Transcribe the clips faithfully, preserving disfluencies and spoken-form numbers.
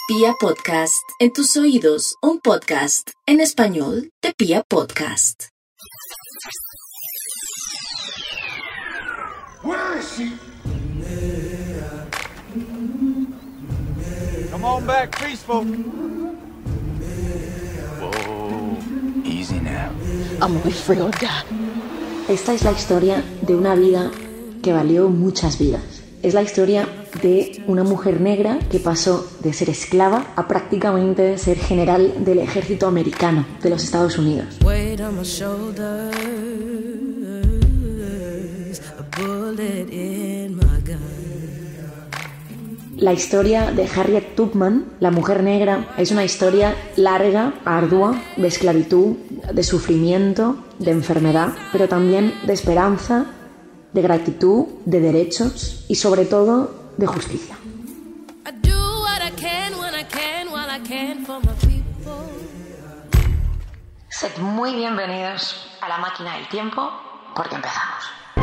Pia Podcast, en tus oídos, un podcast en español de Pia Podcast. Where is she? Come on back, peaceful. Whoa, easy now. I'm gonna be free or die. Esta es la historia de una vida que valió muchas vidas. Es la historia de una mujer negra que pasó de ser esclava a prácticamente ser general del ejército americano de los Estados Unidos. La historia de Harriet Tubman, la mujer negra, es una historia larga, ardua, de esclavitud, de sufrimiento, de enfermedad, pero también de esperanza, de gratitud, de derechos y sobre todo de justicia. Sed muy bienvenidos a la máquina del tiempo, porque empezamos.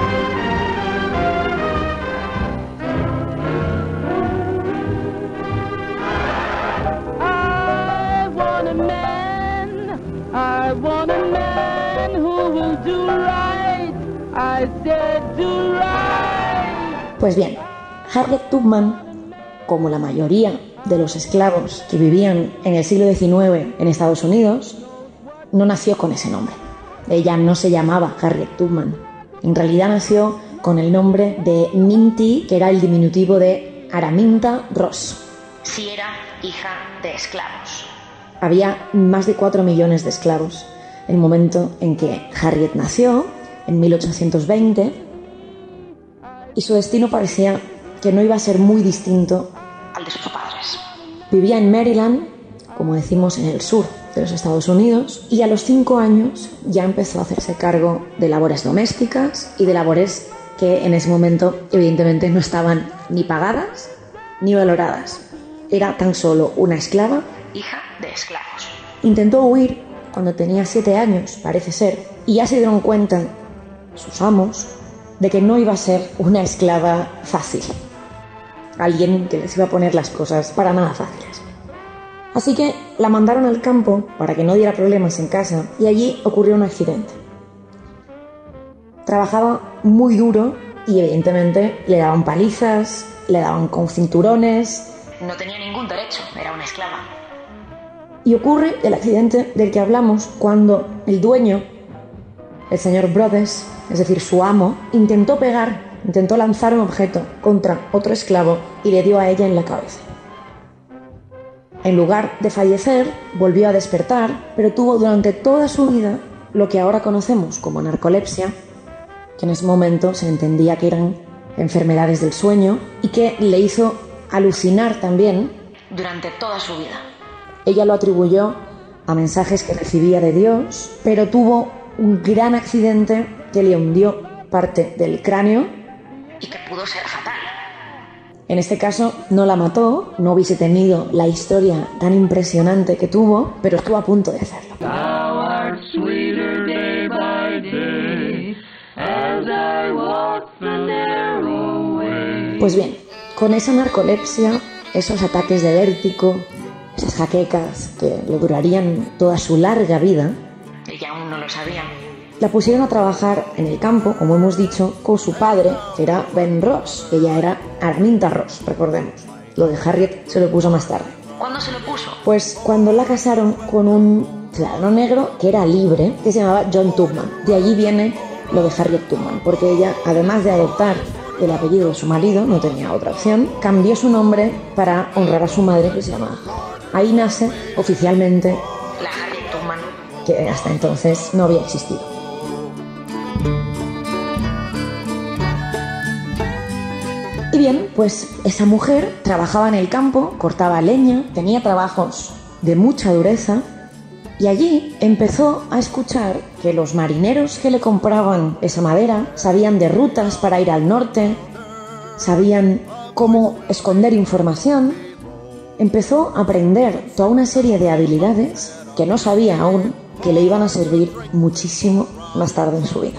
I want a man, I want a man who will do right. I said do right. Pues bien, Harriet Tubman, como la mayoría de los esclavos que vivían en el siglo diecinueve en Estados Unidos, no nació con ese nombre. Ella no se llamaba Harriet Tubman. En realidad nació con el nombre de Minty, que era el diminutivo de Araminta Ross. Sí era hija de esclavos. Había más de cuatro millones de esclavos en el momento en que Harriet nació, en mil ochocientos veinte, y su destino parecía que no iba a ser muy distinto al de sus padres. Vivía en Maryland, como decimos, en el sur de los Estados Unidos, y a los cinco años ya empezó a hacerse cargo de labores domésticas y de labores que en ese momento evidentemente no estaban ni pagadas ni valoradas. Era tan solo una esclava, hija de esclavos. Intentó huir cuando tenía siete años, parece ser, y ya se dieron cuenta sus amos de que no iba a ser una esclava fácil, alguien que les iba a poner las cosas para nada fáciles. Así que la mandaron al campo para que no diera problemas en casa, y allí ocurrió un accidente. Trabajaba muy duro y evidentemente le daban palizas, le daban con cinturones. No tenía ningún derecho, era una esclava. Y ocurre el accidente del que hablamos cuando el dueño, el señor Brothers, es decir, su amo, intentó pegar, intentó lanzar un objeto contra otro esclavo y le dio a ella en la cabeza. En lugar de fallecer, volvió a despertar, pero tuvo durante toda su vida lo que ahora conocemos como narcolepsia, que en ese momento se entendía que eran enfermedades del sueño y que le hizo alucinar también durante toda su vida. Ella lo atribuyó a mensajes que recibía de Dios, pero tuvo un gran accidente que le hundió parte del cráneo y que pudo ser fatal. En este caso no la mató, no hubiese tenido la historia tan impresionante que tuvo, pero estuvo a punto de hacerlo. Pues bien, con esa narcolepsia, esos ataques de vértigo, esas jaquecas que le durarían toda su larga vida, ella aún no lo sabía, la pusieron a trabajar en el campo, como hemos dicho, con su padre, que era Ben Ross. Ella era Araminta Ross, recordemos. Lo de Harriet se lo puso más tarde. ¿Cuándo se lo puso? Pues cuando la casaron con un ciudadano negro que era libre, que se llamaba John Tubman. De allí viene lo de Harriet Tubman, porque ella, además de adoptar el apellido de su marido, no tenía otra opción, cambió su nombre para honrar a su madre, que se llamaba. Ahí nace oficialmente la Harriet Tubman, que hasta entonces no había existido. Y bien, pues esa mujer trabajaba en el campo, cortaba leña, tenía trabajos de mucha dureza, y allí empezó a escuchar que los marineros que le compraban esa madera sabían de rutas para ir al norte, sabían cómo esconder información. Empezó a aprender toda una serie de habilidades que no sabía aún, que le iban a servir muchísimo más tarde en su vida.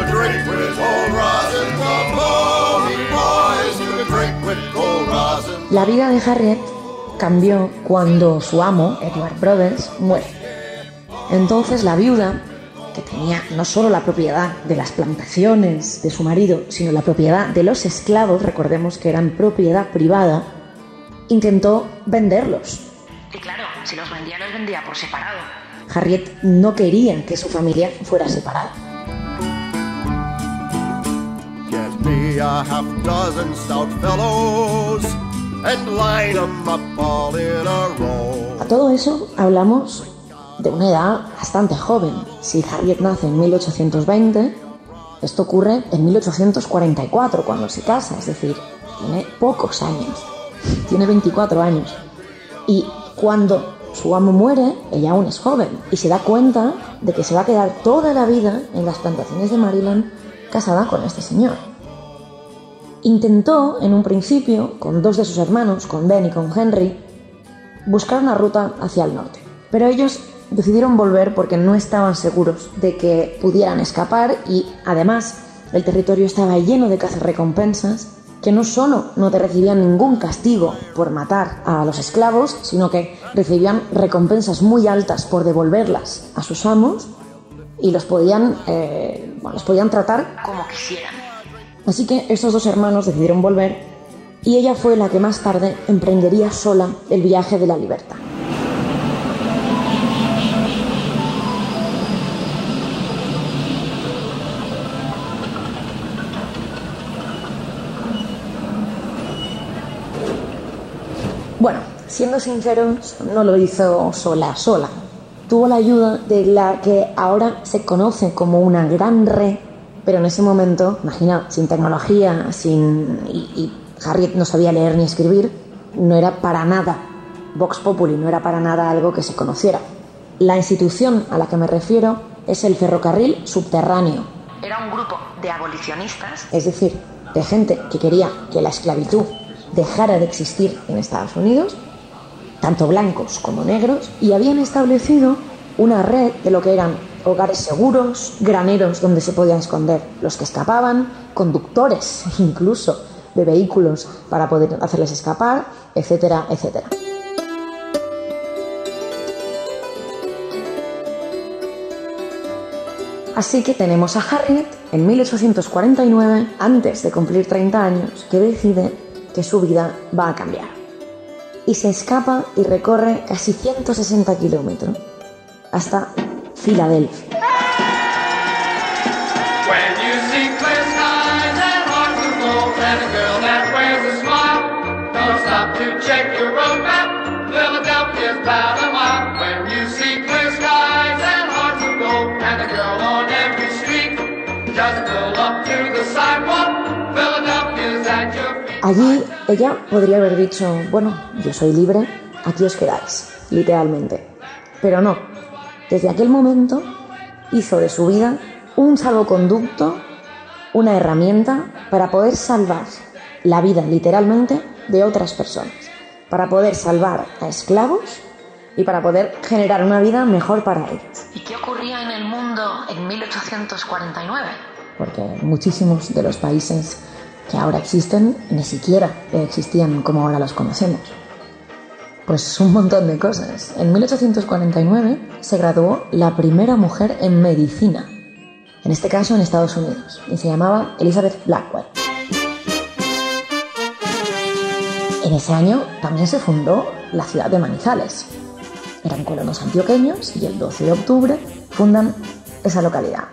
Rosin, come on, boys, you can drink with gold rosin. La vida de Harriet cambió cuando su amo, Edward Brothers, muere. Entonces la viuda, que tenía no solo la propiedad de las plantaciones de su marido, sino la propiedad de los esclavos, recordemos que eran propiedad privada, intentó venderlos. Y claro, si los vendía, los vendía por separado. Harriet no quería que su familia fuera separada. Get me a half dozen stout fellows and line 'em up all in a row. A todo eso hablamos de una edad bastante joven. Si Harriet nace en mil ochocientos veinte, esto ocurre en mil ochocientos cuarenta y cuatro, cuando se casa, es decir, tiene pocos años, tiene veinticuatro años. Y cuando su amo muere, ella aún es joven y se da cuenta de que se va a quedar toda la vida en las plantaciones de Maryland casada con este señor. Intentó, en un principio, con dos de sus hermanos, con Ben y con Henry, buscar una ruta hacia el norte. Pero ellos decidieron volver porque no estaban seguros de que pudieran escapar y, además, el territorio estaba lleno de cazarrecompensas que no solo no te recibían ningún castigo por matar a los esclavos, sino que recibían recompensas muy altas por devolverlas a sus amos y los podían, eh, bueno, los podían tratar como quisieran. Así que estos dos hermanos decidieron volver y ella fue la que más tarde emprendería sola el viaje de la libertad. Bueno, siendo sinceros, no lo hizo sola, sola. Tuvo la ayuda de la que ahora se conoce como una gran red, pero en ese momento, imagina, sin tecnología, sin y, y Harriet no sabía leer ni escribir, no era para nada Vox Populi, no era para nada algo que se conociera. La institución a la que me refiero es el ferrocarril subterráneo. Era un grupo de abolicionistas, es decir, de gente que quería que la esclavitud dejara de existir en Estados Unidos, tanto blancos como negros, y habían establecido una red de lo que eran hogares seguros, graneros donde se podían esconder los que escapaban, conductores incluso de vehículos para poder hacerles escapar, etcétera, etcétera. Así que tenemos a Harriet en mil ochocientos cuarenta y nueve, antes de cumplir treinta años, que decide que su vida va a cambiar. Y se escapa y recorre casi ciento sesenta kilómetros hasta Filadelfia. Allí ella podría haber dicho, bueno, yo soy libre, aquí os quedáis, literalmente. Pero no, desde aquel momento hizo de su vida un salvoconducto, una herramienta para poder salvar la vida, literalmente, de otras personas, para poder salvar a esclavos y para poder generar una vida mejor para ellos. ¿Y qué ocurría en el mundo en mil ochocientos cuarenta y nueve? Porque muchísimos de los países que ahora existen ni siquiera existían como ahora los conocemos. Pues un montón de cosas. En mil ochocientos cuarenta y nueve se graduó la primera mujer en medicina, en este caso en Estados Unidos, y se llamaba Elizabeth Blackwell. En ese año también se fundó la ciudad de Manizales. Eran colonos antioqueños y el doce de octubre fundan esa localidad.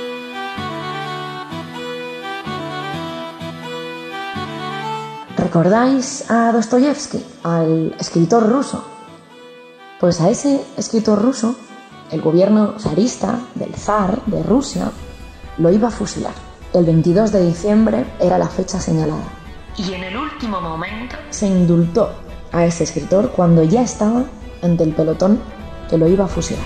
¿Recordáis a Dostoyevsky, al escritor ruso? Pues a ese escritor ruso, el gobierno zarista del zar de Rusia lo iba a fusilar. El veintidós de diciembre era la fecha señalada. Y en el último momento se indultó a ese escritor cuando ya estaba ante el pelotón que lo iba a fusilar.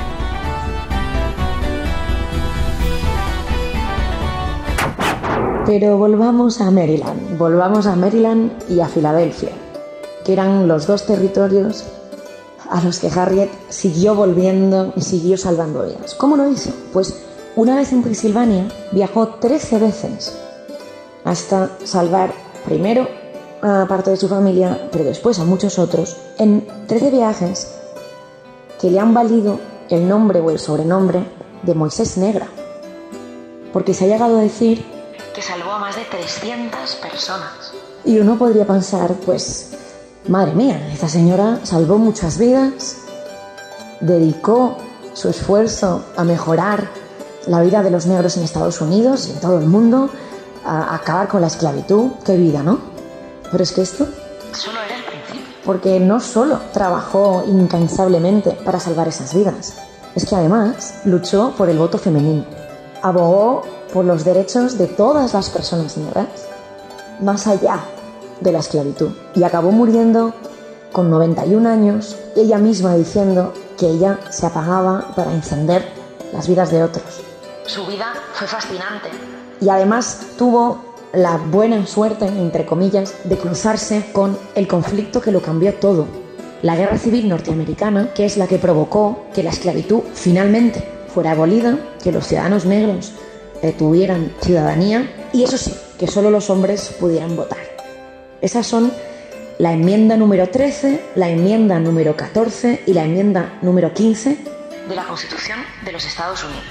Pero volvamos a Maryland, volvamos a Maryland y a Filadelfia, que eran los dos territorios a los que Harriet siguió volviendo y siguió salvando vidas. ¿Cómo lo hizo? Pues una vez en Pensilvania viajó trece veces hasta salvar primero a parte de su familia, pero después a muchos otros, en trece viajes que le han valido el nombre o el sobrenombre de Moisés Negra, porque se ha llegado a decir que salvó a más de trescientas personas. Y uno podría pensar, pues, madre mía, esta señora salvó muchas vidas, dedicó su esfuerzo a mejorar la vida de los negros en Estados Unidos y en todo el mundo, a acabar con la esclavitud. Qué vida, ¿no? Pero es que esto solo era el principio. Porque no solo trabajó incansablemente para salvar esas vidas, es que además luchó por el voto femenino, abogó por los derechos de todas las personas negras, más allá de la esclavitud, y acabó muriendo con noventa y un años, ella misma diciendo que ella se apagaba para encender las vidas de otros. Su vida fue fascinante y además tuvo la buena suerte, entre comillas, de cruzarse con el conflicto que lo cambió todo, la Guerra Civil Norteamericana, que es la que provocó que la esclavitud finalmente fuera abolida, que los ciudadanos negros eh, tuvieran ciudadanía y, eso sí, que solo los hombres pudieran votar. Esas son la enmienda número trece, la enmienda número catorce y la enmienda número quince de la Constitución de los Estados Unidos.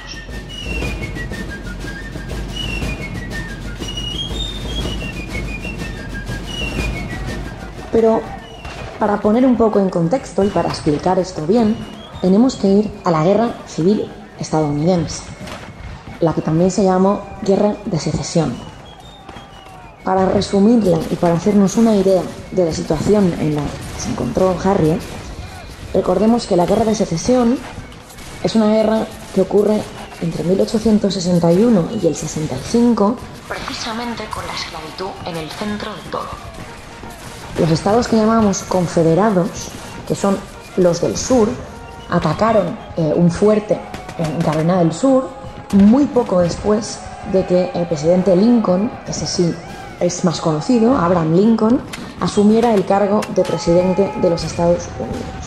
Pero para poner un poco en contexto y para explicar esto bien, tenemos que ir a la Guerra Civil estadounidense, la que también se llamó Guerra de Secesión. Para resumirla y para hacernos una idea de la situación en la que se encontró Harriet, recordemos que la Guerra de Secesión es una guerra que ocurre entre mil ochocientos sesenta y uno y el sesenta y cinco, precisamente con la esclavitud en el centro de todo. Los estados que llamamos confederados, que son los del sur, atacaron eh, un fuerte en Carolina del Sur muy poco después de que el presidente Lincoln, ese sí es más conocido, Abraham Lincoln, asumiera el cargo de presidente de los Estados Unidos.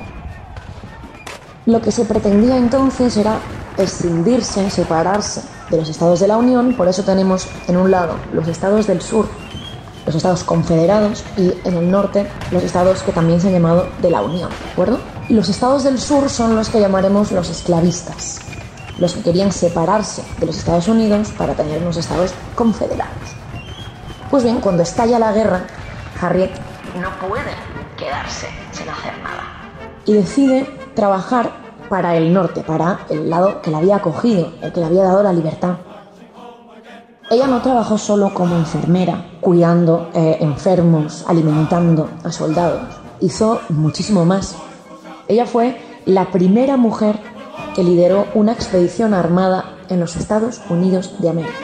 Lo que se pretendía entonces era escindirse, separarse de los estados de la Unión, por eso tenemos en un lado los estados del sur, los estados confederados, y en el norte los estados que también se han llamado de la Unión, ¿de acuerdo? Y los estados del sur son los que llamaremos los esclavistas, los que querían separarse de los Estados Unidos para tener unos estados confederados. Pues bien, cuando estalla la guerra, Harriet no puede quedarse sin hacer nada y decide trabajar para el norte, para el lado que la había acogido, el que le había dado la libertad. Ella no trabajó solo como enfermera, cuidando eh, enfermos, alimentando a soldados. Hizo muchísimo más. Ella fue la primera mujer que lideró una expedición armada en los Estados Unidos de América.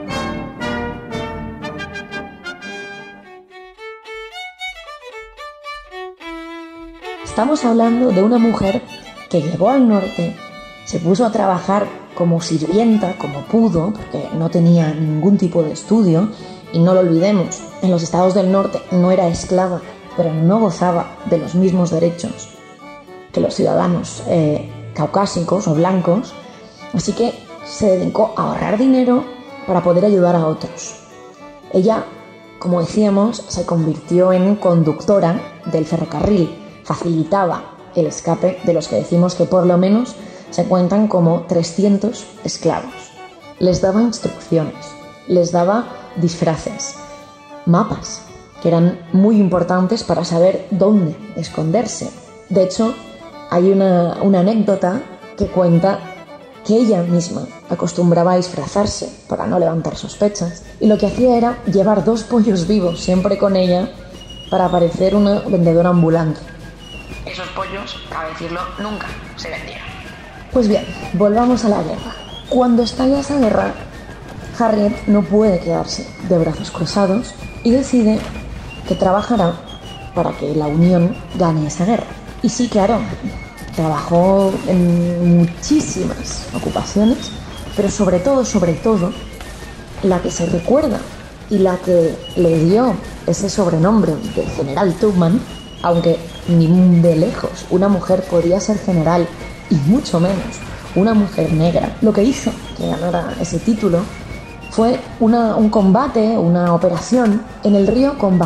Estamos hablando de una mujer que llegó al norte, se puso a trabajar como sirvienta, como pudo, porque no tenía ningún tipo de estudio, y no lo olvidemos, en los estados del norte no era esclava, pero no gozaba de los mismos derechos que los ciudadanos eh, caucásicos o blancos, así que se dedicó a ahorrar dinero para poder ayudar a otros. Ella, como decíamos, se convirtió en conductora del ferrocarril, facilitaba el escape de los que decimos que por lo menos se cuentan como trescientos esclavos. Les daba instrucciones, les daba disfraces, mapas, que eran muy importantes para saber dónde esconderse. De hecho, hay una, una anécdota que cuenta que ella misma acostumbraba a disfrazarse para no levantar sospechas, y lo que hacía era llevar dos pollos vivos siempre con ella para parecer una vendedora ambulante. Esos pollos, cabe decirlo, nunca se vendieron. Pues bien, volvamos a la guerra. Cuando estalla esa guerra, Harriet no puede quedarse de brazos cruzados y decide que trabajará para que la Unión gane esa guerra. Y sí, claro, trabajó en muchísimas ocupaciones, pero sobre todo, sobre todo, la que se recuerda y la que le dio ese sobrenombre de General Tubman, aunque ni de lejos una mujer podía ser general, y mucho menos una mujer negra, lo que hizo que ganara ese título fue una, un combate, una operación en el río Combahee,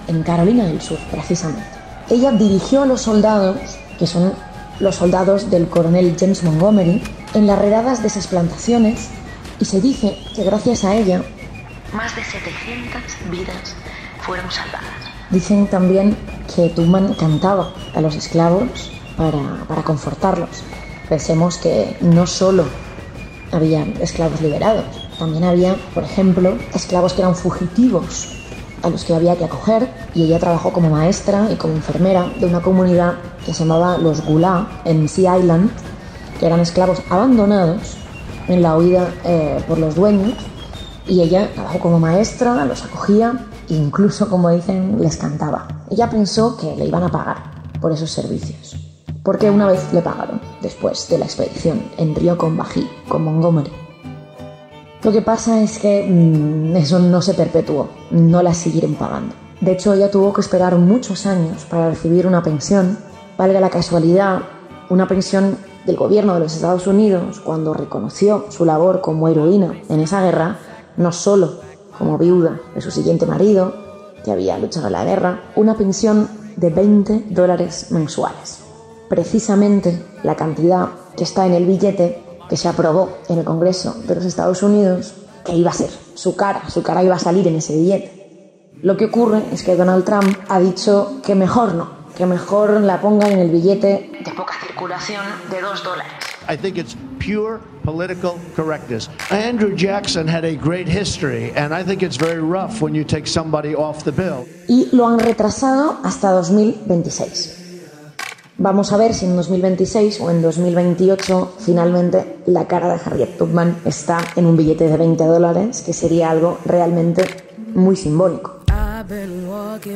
en Carolina del Sur, precisamente. Ella dirigió a los soldados, que son los soldados del coronel James Montgomery, en las redadas de esas plantaciones, y se dice que gracias a ella Más de setecientas vidas fueron salvadas. Dicen también que Tubman cantaba a los esclavos para, para confortarlos. Pensemos que no solo había esclavos liberados, también había, por ejemplo, esclavos que eran fugitivos, a los que había que acoger, y ella trabajó como maestra y como enfermera de una comunidad que se llamaba los Gulá, en Sea Island, que eran esclavos abandonados en la huida eh, por los dueños, y ella trabajó como maestra, los acogía e incluso, como dicen, les cantaba. Ella pensó que le iban a pagar por esos servicios, porque una vez le pagaron, después de la expedición en Río Combahee con Montgomery. Lo que pasa es que mmm, eso no se perpetuó, no la siguieron pagando. De hecho, ella tuvo que esperar muchos años para recibir una pensión, valga la casualidad, una pensión del gobierno de los Estados Unidos cuando reconoció su labor como heroína en esa guerra, no solo como viuda de su siguiente marido, que había luchado en la guerra, una pensión de veinte dólares mensuales. Precisamente la cantidad que está en el billete que se aprobó en el Congreso de los Estados Unidos, que iba a ser su cara, su cara iba a salir en ese billete. Lo que ocurre es que Donald Trump ha dicho que mejor no, que mejor la pongan en el billete De poca circulación de dos dólares. I think it's pure political correctness. Andrew Jackson had a great history, and I think it's very rough when you take somebody off the bill. Y lo han retrasado hasta dos mil veintiséis. Vamos a ver si en dos mil veintiséis o en dos mil veintiocho finalmente la cara de Harriet Tubman está en un billete de veinte dólares, que sería algo realmente muy simbólico. I've been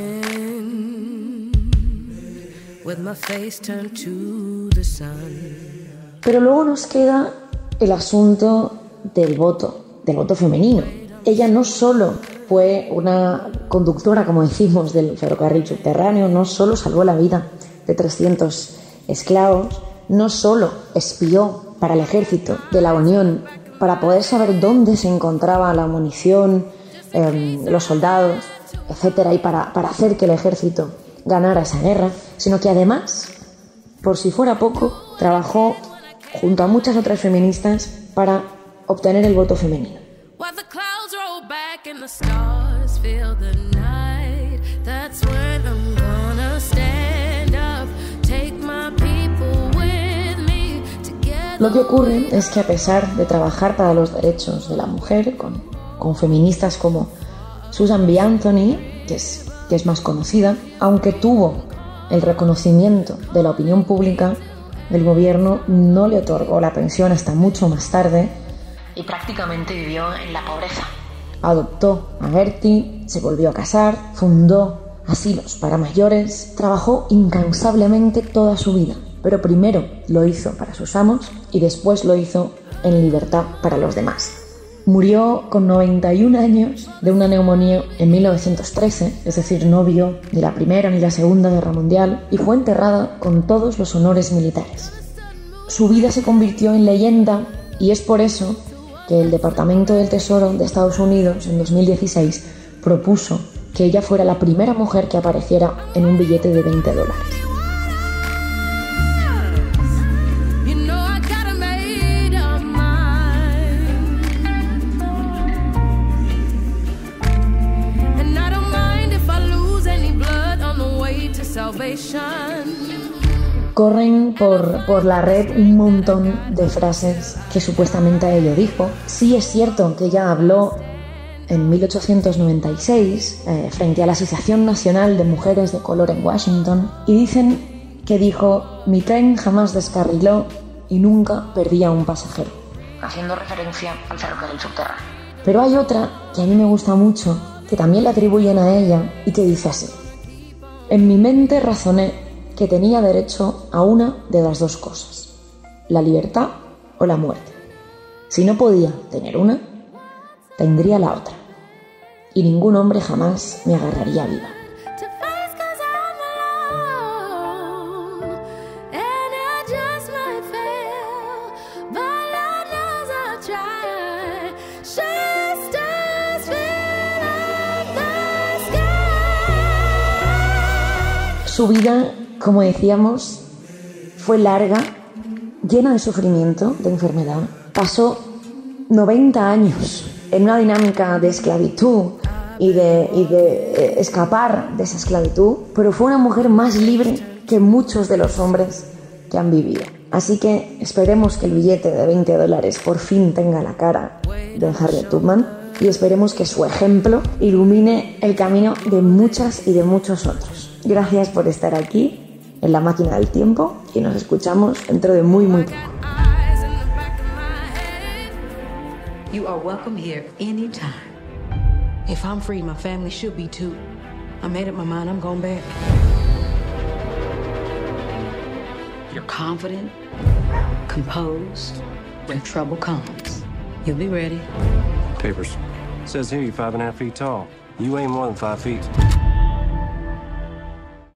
walking with my face turned to the sun. Pero luego nos queda el asunto del voto, del voto femenino. Ella no solo fue una conductora, como decimos, del ferrocarril subterráneo, no solo salvó la vida de trescientos esclavos, no solo espió para el ejército de la Unión para poder saber dónde se encontraba la munición, eh, los soldados, etcétera, y para, para hacer que el ejército ganara esa guerra, sino que además, por si fuera poco, trabajó junto a muchas otras feministas para obtener el voto femenino. Lo que ocurre es que a pesar de trabajar para los derechos de la mujer, con, con feministas como Susan B. Anthony, que es, que es más conocida, aunque tuvo el reconocimiento de la opinión pública, el gobierno no le otorgó la pensión hasta mucho más tarde Y prácticamente vivió en la pobreza. Adoptó a Gertie, se volvió a casar, fundó asilos para mayores, trabajó incansablemente toda su vida, pero primero lo hizo para sus amos y después lo hizo en libertad para los demás. Murió con noventa y un años de una neumonía en mil novecientos trece, es decir, no vio ni la Primera ni la Segunda Guerra Mundial, y fue enterrada con todos los honores militares. Su vida se convirtió en leyenda y es por eso que el Departamento del Tesoro de Estados Unidos en dos mil dieciséis propuso que ella fuera la primera mujer que apareciera en un billete de veinte dólares. Corren por, por la red un montón de frases que supuestamente ella dijo. Sí es cierto que ella habló en mil ochocientos noventa y seis eh, frente a la Asociación Nacional de Mujeres de Color en Washington, y dicen que dijo: mi tren jamás descarriló y nunca perdí a un pasajero, haciendo referencia al ferrocarril subterráneo. Pero hay otra que a mí me gusta mucho, que también la atribuyen a ella y que dice así: en mi mente razoné que tenía derecho a una de las dos cosas, la libertad o la muerte. Si no podía tener una, tendría la otra, y ningún hombre jamás me agarraría viva. Su vida, como decíamos, fue larga, llena de sufrimiento, de enfermedad. Pasó noventa años en una dinámica de esclavitud y de, y de escapar de esa esclavitud, pero fue una mujer más libre que muchos de los hombres que han vivido. Así que esperemos que el billete de veinte dólares por fin tenga la cara de Harriet Tubman y esperemos que su ejemplo ilumine el camino de muchas y de muchos otros. Gracias por estar aquí en La Máquina del Tiempo y nos escuchamos dentro de muy muy poco. You are welcome here anytime. If I'm free, my family should be too. I made up my mind, I'm going back. You're confident, composed. When trouble comes, you'll be ready. Papers. Says here you're five and a half feet tall. You ain't more than five feet.